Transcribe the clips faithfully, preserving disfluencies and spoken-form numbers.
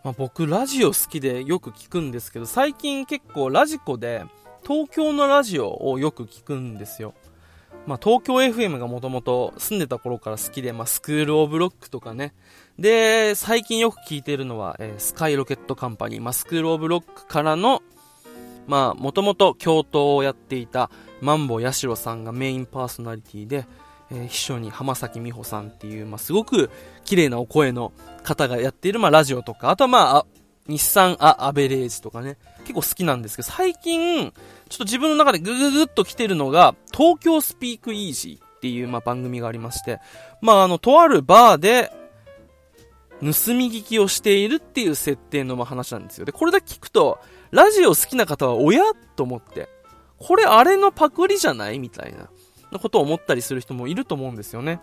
まあ、僕ラジオ好きでよく聞くんですけど、最近結構ラジコで東京のラジオをよく聞くんですよ。まあ、東京 エフエム がもともと住んでた頃から好きで、まあ、スクールオブロックとかね。で、最近よく聞いてるのは、えー、スカイロケットカンパニー。まあ、スクールオブロックからの、まあ、もともと教頭をやっていたマンボヤシロさんがメインパーソナリティで、えー、秘書に浜崎美穂さんっていう、まあ、すごく綺麗なお声の方がやっている、まあ、ラジオとか、あとはまあ、日産アアベレージとかね、結構好きなんですけど、最近、ちょっと自分の中でグググッと来てるのが、東京スピークイージーっていう、まあ、番組がありまして、まあ、あの、とあるバーで、盗み聞きをしているっていう設定のまあ話なんですよ。で、これだけ聞くと、ラジオ好きな方は、おやと思って、これあれのパクリじゃないみたいな。のことを思ったりする人もいると思うんですよね。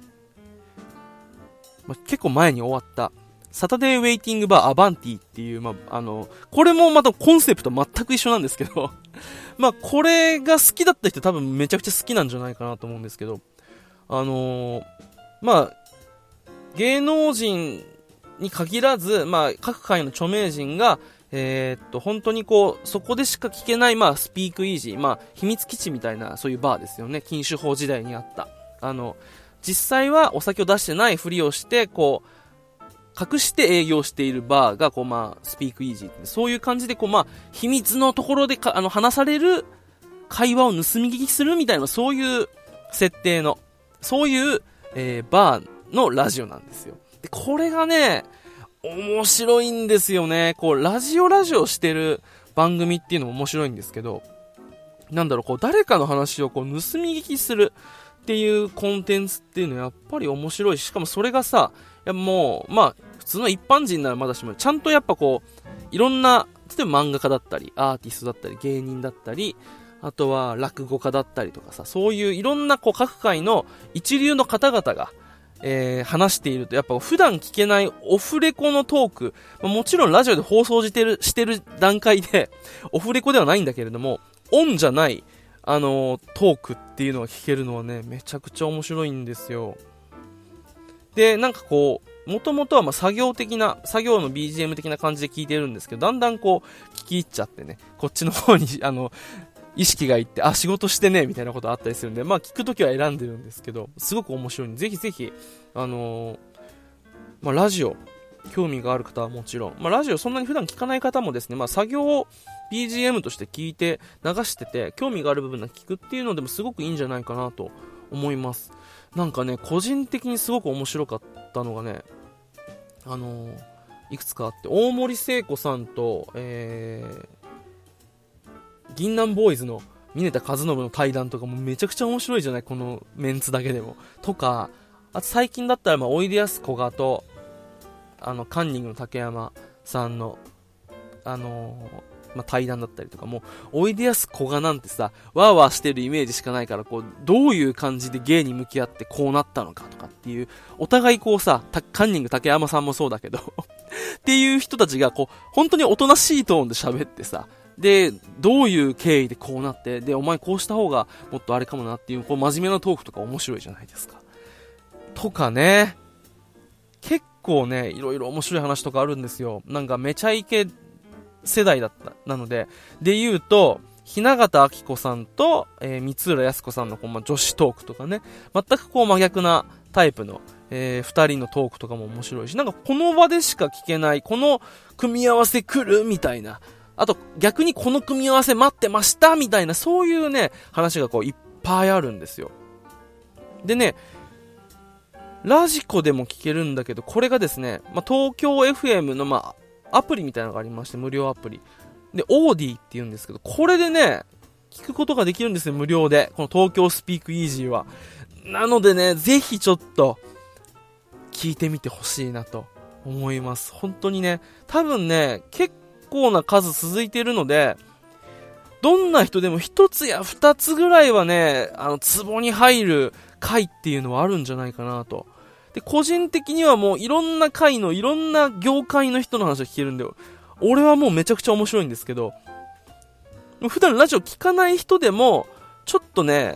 まあ、結構前に終わったサタデーウェイティングバーアバンティっていう、まあ、あのこれもまたコンセプト全く一緒なんですけどまあこれが好きだった人多分めちゃくちゃ好きなんじゃないかなと思うんですけど、あのー、まあ芸能人に限らず、まあ各界の著名人がえー、っと本当にこうそこでしか聞けない、まあ、スピークイージー、まあ、秘密基地みたいなそういうバーですよね。禁酒法時代にあったあの実際はお酒を出してないふりをしてこう隠して営業しているバーがこう、まあ、スピークイージーってそういう感じでこう、まあ、秘密のところでかあの話される会話を盗み聞きするみたいなそういう設定のそういう、えー、バーのラジオなんですよ。でこれがね面白いんですよね。こうラジオラジオしてる番組っていうのも面白いんですけど、なんだろう、こう誰かの話をこう盗み聞きするっていうコンテンツっていうのはやっぱり面白いし、しかもそれがさ、やもうまあ普通の一般人ならまだしもちゃんとやっぱこういろんな、例えば漫画家だったりアーティストだったり芸人だったり、あとは落語家だったりとかさ、そういういろんなこう各界の一流の方々がえー、話しているとやっぱ普段聞けないオフレコのトーク、まあ、もちろんラジオで放送してるしてる段階でオフレコではないんだけれども、オンじゃないあのー、トークっていうのが聞けるのはねめちゃくちゃ面白いんですよ。でなんかこうもともとはまあ作業的な作業の ビージーエム 的な感じで聞いてるんですけど、だんだんこう聞き入っちゃってね、こっちの方にあの意識がいって、あ仕事してねみたいなことあったりするんで、まあ聞くときは選んでるんですけど、すごく面白いんでぜひぜひあのー、まあラジオ興味がある方はもちろん、まあラジオそんなに普段聞かない方もですね、まあ作業を ビージーエム として聞いて流してて興味がある部分だけ聞くっていうのでもすごくいいんじゃないかなと思います。なんかね個人的にすごく面白かったのがね、あのー、いくつかあって、大森聖子さんとえー銀杏ボーイズの峰田和伸の対談とかもめちゃくちゃ面白いじゃない、このメンツだけでもとか、あと最近だったらまあおいでやすこがとあのカンニングの竹山さんのあのー、まあ、対談だったりとかも、おいでやすこがなんてさワーワーしてるイメージしかないから、こうどういう感じで芸に向き合ってこうなったのかとかっていう、お互いこうさカンニング竹山さんもそうだけどっていう人たちがこう本当におとなしいトーンで喋ってさ、でどういう経緯でこうなって、でお前こうした方がもっとあれかもなっていう、こう真面目なトークとか面白いじゃないですか。とかね、結構ねいろいろ面白い話とかあるんですよ。なんかめちゃイケ世代だったなので、で言うと雛形あきこさんと、えー、三浦靖子さんのこう、まあ、女子トークとかね、全くこう真逆なタイプの、えー、二人のトークとかも面白いし、なんかこの場でしか聞けないこの組み合わせ来るみたいな、あと逆にこの組み合わせ待ってましたみたいな、そういうね話がこういっぱいあるんですよ。でねラジコでも聞けるんだけど、これがですね、まあ、東京 エフエム のまあアプリみたいなのがありまして、無料アプリでオーディって言うんですけど、これでね聞くことができるんですよ、無料で、この東京スピークイージーは。なのでねぜひちょっと聞いてみてほしいなと思います。本当にね多分ね結構結構な数続いているので、どんな人でも一つや二つぐらいはねあのツボに入る回っていうのはあるんじゃないかなと。で個人的にはもういろんな回のいろんな業界の人の話を聞けるんで、俺はもうめちゃくちゃ面白いんですけど、普段ラジオ聞かない人でもちょっとね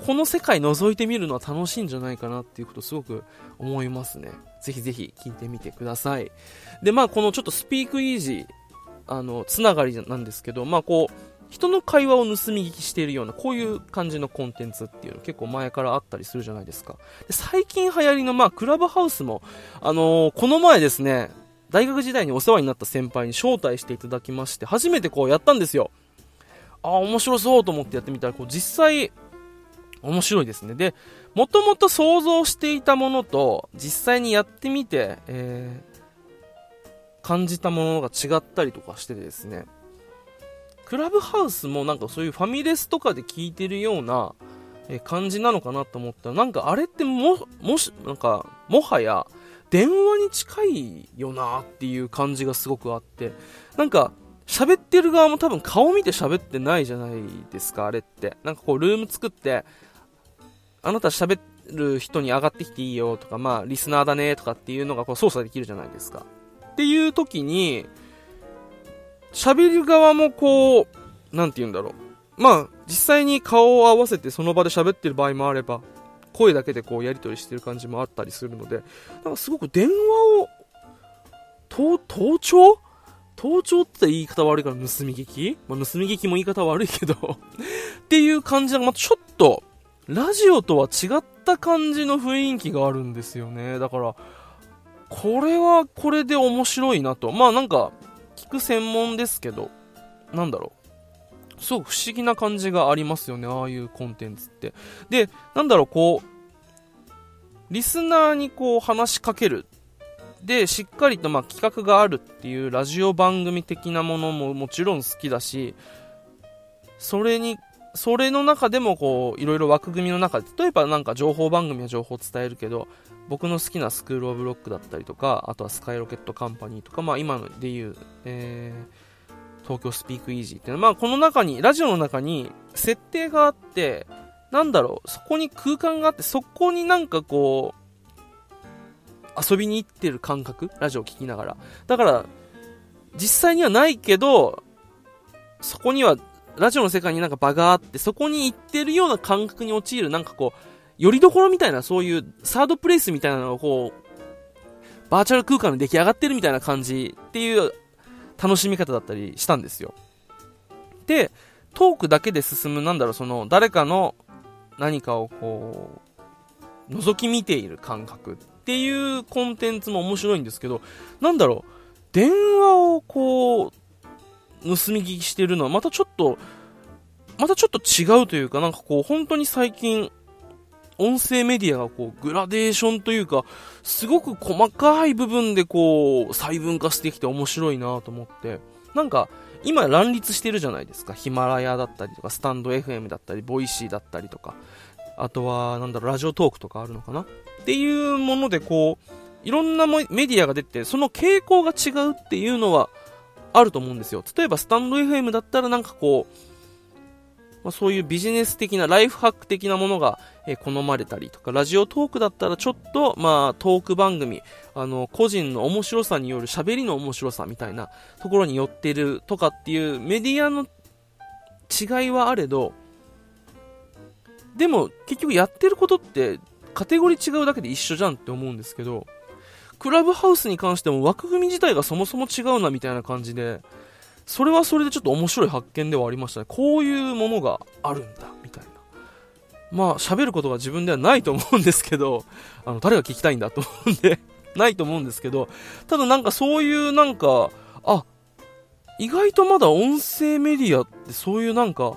この世界覗いてみるのは楽しいんじゃないかなっていうことをすごく思いますね。ぜひぜひ聞いてみてください。で、まあこのちょっとスピークイージー、あの、つながりなんですけど、まあこう、人の会話を盗み聞きしているような、こういう感じのコンテンツっていうの結構前からあったりするじゃないですか。で、最近流行りの、まあクラブハウスも、あのー、この前ですね、大学時代にお世話になった先輩に招待していただきまして、初めてこうやったんですよ。ああ、面白そうと思ってやってみたら、こう実際、面白いですね。で、もともと想像していたものと、実際にやってみて、えー、感じたものが違ったりとかしてですね、クラブハウスもなんかそういうファミレスとかで聞いてるような感じなのかなと思ったら、なんかあれっても、もし、なんか、もはや電話に近いよなっていう感じがすごくあって、なんか喋ってる側も多分顔見て喋ってないじゃないですか、あれって。なんかこうルーム作って、あなた喋る人に上がってきていいよとか、まあリスナーだねとかっていうのがこう操作できるじゃないですか。っていう時に、喋る側もこう、なんて言うんだろう。まあ、実際に顔を合わせてその場で喋ってる場合もあれば、声だけでこうやり取りしてる感じもあったりするので、なんかすごく電話を、盗、盗聴盗聴って言い方悪いから盗み聞き、まあ、盗み聞きも言い方悪いけどっていう感じが、まあ、ちょっと、ラジオとは違った感じの雰囲気があるんですよね。だから、これはこれで面白いなと。まあなんか、聞く専門ですけど、なんだろう、すごく不思議な感じがありますよね、ああいうコンテンツって。で、なんだろう、こうリスナーにこう話しかけるで、しっかりとまあ企画があるっていうラジオ番組的なものももちろん好きだし、それにそれの中でもこういろいろ枠組みの中で、例えばなんか情報番組は情報を伝えるけど、僕の好きなスクールオブロックだったりとか、あとはスカイロケットカンパニーとか、まあ今のでいう、えー、東京スピークイージーっていうのは、まあこの中に、ラジオの中に設定があって、なんだろう、そこに空間があって、そこになんかこう、遊びに行ってる感覚、ラジオを聞きながら。だから、実際にはないけど、そこには、ラジオの世界になんか場があって、そこに行ってるような感覚に陥る、なんかこう、よりどころみたいな、そういうサードプレイスみたいなのをこうバーチャル空間で出来上がってるみたいな感じっていう楽しみ方だったりしたんですよ。で、トークだけで進む、なんだろう、その誰かの何かをこう覗き見ている感覚っていうコンテンツも面白いんですけど、なんだろう、電話をこう盗み聞きしてるのはまたちょっとまたちょっと違うというか、なんかこう本当に最近音声メディアがこうグラデーションというか、すごく細かい部分でこう細分化してきて面白いなと思って、なんか今乱立してるじゃないですか。ヒマラヤだったりとか、スタンド エフエム だったり、ボイシーだったりとか、あとはなんだろう、ラジオトークとかあるのかなっていうもので、こういろんなメディアが出て、その傾向が違うっていうのはあると思うんですよ。例えばスタンド エフエム だったらなんかこう、まあ、そういうビジネス的なライフハック的なものが、えー、好まれたりとか、ラジオトークだったらちょっとまあトーク番組、あの個人の面白さによる喋りの面白さみたいなところに寄ってるとかっていうメディアの違いはあれど、でも結局やってることってカテゴリー違うだけで一緒じゃんって思うんですけど、クラブハウスに関しても枠組み自体がそもそも違うなみたいな感じで、それはそれでちょっと面白い発見ではありましたね。こういうものがあるんだみたいな。まあ喋ることが自分ではないと思うんですけど、あの誰が聞きたいんだと思うんでないと思うんですけど、ただなんかそういうなんか、あ、意外とまだ音声メディアってそういうなんか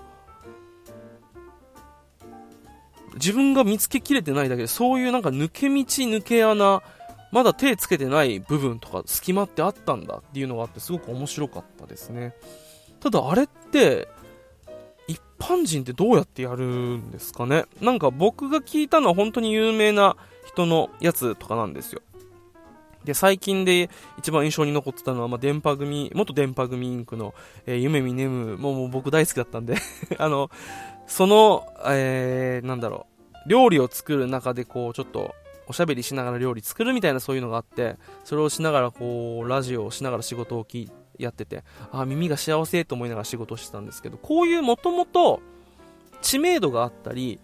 自分が見つけきれてないだけで、そういうなんか抜け道抜け穴、まだ手つけてない部分とか隙間ってあったんだっていうのがあって、すごく面白かったですね。ただあれって一般人ってどうやってやるんですかね。なんか僕が聞いたのは本当に有名な人のやつとかなんですよ。で、最近で一番印象に残ってたのは、まあ、電波組、元電波組インクの、えー、夢見ねむ、もう、もう僕大好きだったんであのその、えー、なんだろう、料理を作る中でこうちょっとおしゃべりしながら料理作るみたいな、そういうのがあって、それをしながらこうラジオをしながら仕事をきやってて、あ、耳が幸せと思いながら仕事をしてたんですけど、こういうもともと知名度があったり、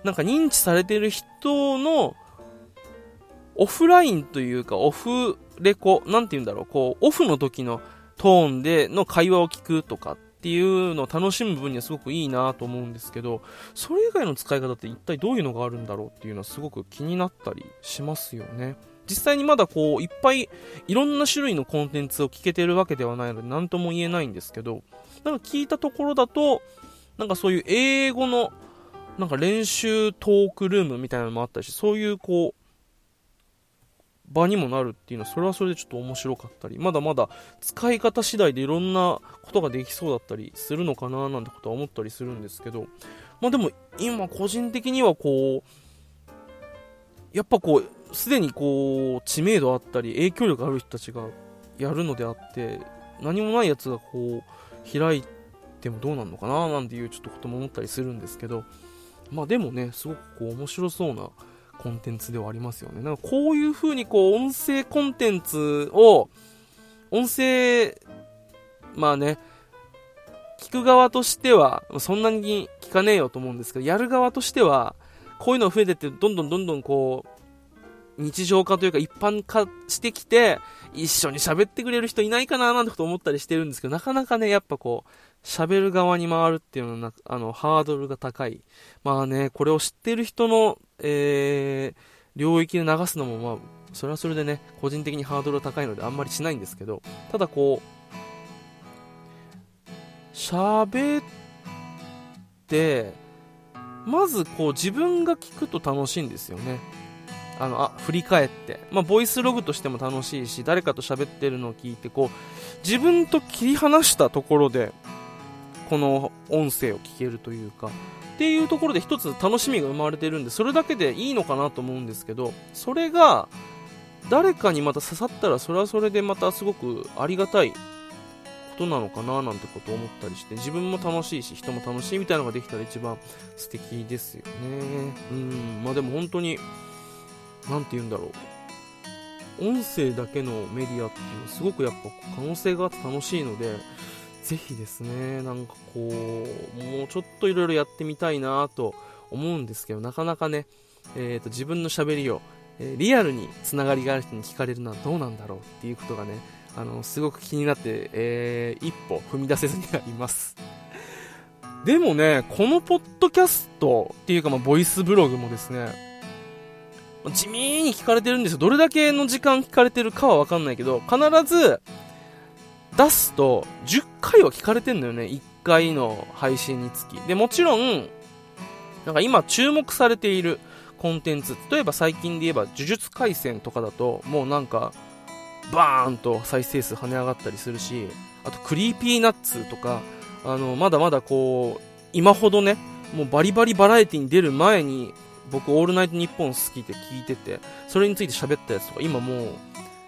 なんか認知されてる人のオフラインというかオフレコ、なんて言うんだろう、こうオフの時のトーンでの会話を聞くとかっていうのを楽しむ分にはすごくいいなと思うんですけど、それ以外の使い方って一体どういうのがあるんだろうっていうのはすごく気になったりしますよね。実際にまだこういっぱいいろんな種類のコンテンツを聞けてるわけではないので何とも言えないんですけど、なんか聞いたところだとなんかそういう英語のなんか練習トークルームみたいなのもあったし、そういうこう場にもなるっていうのはそれはそれでちょっと面白かったり、まだまだ使い方次第でいろんなことができそうだったりするのかななんてことは思ったりするんですけど、まあでも今個人的にはこうやっぱこうすでにこう知名度あったり影響力ある人たちがやるのであって、何もないやつがこう開いてもどうなるのかななんていうちょっとことも思ったりするんですけど、まあでもね、すごくこう面白そうなコンテンツではありますよね。なんかこういう風にこう音声コンテンツを音声まあね聞く側としてはそんなに聞かねえよと思うんですけど、やる側としてはこういうの増えてってどんどんどんどんこう日常化というか一般化してきて一緒に喋ってくれる人いないかななんてこと思ったりしてるんですけど、なかなかねやっぱこう喋る側に回るっていうのはあのハードルが高い。まあね、これを知ってる人の、えー、領域で流すのもまあそれはそれでね個人的にハードルが高いのであんまりしないんですけど、ただこう喋ってまずこう自分が聞くと楽しいんですよね。あのあ振り返って、まあ、ボイスログとしても楽しいし、誰かと喋ってるのを聞いてこう自分と切り離したところでこの音声を聞けるというかっていうところで一つ楽しみが生まれてるんで、それだけでいいのかなと思うんですけど、それが誰かにまた刺さったらそれはそれでまたすごくありがたいことなのかななんてことを思ったりして、自分も楽しいし人も楽しいみたいなのができたら一番素敵ですよね。うん、まあでも本当になんて言うんだろう、音声だけのメディアっていうのはすごくやっぱ可能性があって楽しいので、ぜひですね、なんかこうもうちょっといろいろやってみたいなと思うんですけど、なかなかね、えーと自分の喋りを、えー、リアルにつながりがある人に聞かれるのはどうなんだろうっていうことがね、あのすごく気になって、えー、一歩踏み出せずにはいますでもね、このポッドキャストっていうか、まあ、ボイスブログもですね地味に聞かれてるんですよ。どれだけの時間聞かれてるかは分かんないけど、必ず出すとじゅっかいは聞かれてんのよね、いっかいの配信につきで。もちろんなんか今注目されているコンテンツ、例えば最近で言えば呪術廻戦とかだともうなんかバーンと再生数跳ね上がったりするし、あとクリーピーナッツとか、あのまだまだこう今ほどねもうバリバリバラエティに出る前に僕オールナイトニッポン好きで聞いてて、それについて喋ったやつとか今もう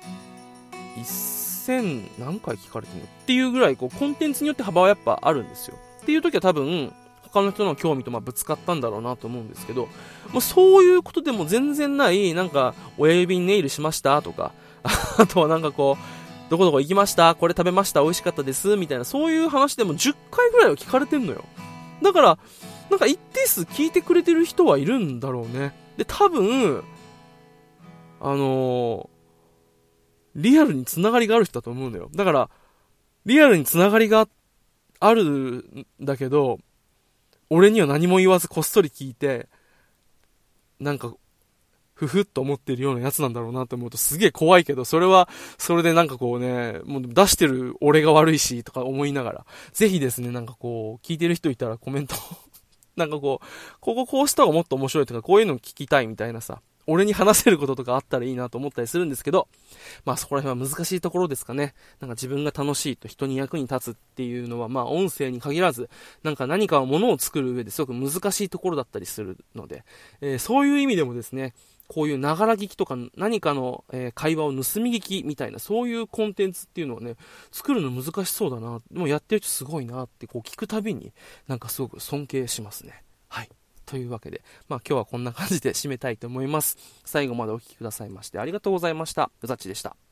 せん何回聞かれてるのっていうぐらいこうコンテンツによって幅はやっぱあるんですよ。っていう時は多分他の人の興味とまあぶつかったんだろうなと思うんですけど、もうそういうことでも全然ない、なんか親指にネイルしましたとか、あとはなんかこうどこどこ行きました、これ食べました、美味しかったですみたいな、そういう話でもじゅっかいぐらいは聞かれてんのよ。だからなんか一定数聞いてくれてる人はいるんだろうね。で多分あのー、リアルにつながりがある人だと思うんだよ。だからリアルにつながりがあるんだけど俺には何も言わずこっそり聞いてなんかふふっと思ってるようなやつなんだろうなと思うとすげえ怖いけど、それはそれでなんかこうね、もう出してる俺が悪いしとか思いながら、ぜひですね、なんかこう聞いてる人いたらコメントなんかこうこここうした方がもっと面白いとか、こういうの聞きたいみたいなさ、俺に話せることとかあったらいいなと思ったりするんですけど、まあそこら辺は難しいところですかね。なんか自分が楽しいと人に役に立つっていうのはまあ音声に限らず、なんか何かものを作る上ですごく難しいところだったりするので、えー、そういう意味でもですね、こういうながら聞きとか何かの、えー、会話を盗み聞きみたいな、そういうコンテンツっていうのをね作るの難しそうだな、でもやってる人すごいなってこう聞くたびになんかすごく尊敬しますね。はい、というわけで、まあ今日はこんな感じで締めたいと思います。最後までお聞きくださいましてありがとうございました。うざっちでした。